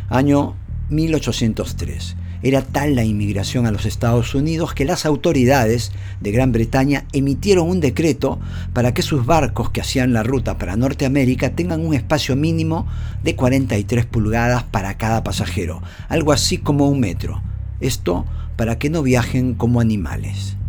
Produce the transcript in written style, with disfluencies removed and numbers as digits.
Año 1803. Era tal la inmigración a los Estados Unidos que las autoridades de Gran Bretaña emitieron un decreto para que sus barcos que hacían la ruta para Norteamérica tengan un espacio mínimo de 43 pulgadas para cada pasajero, algo así como 1 metro. Esto para que no viajen como animales.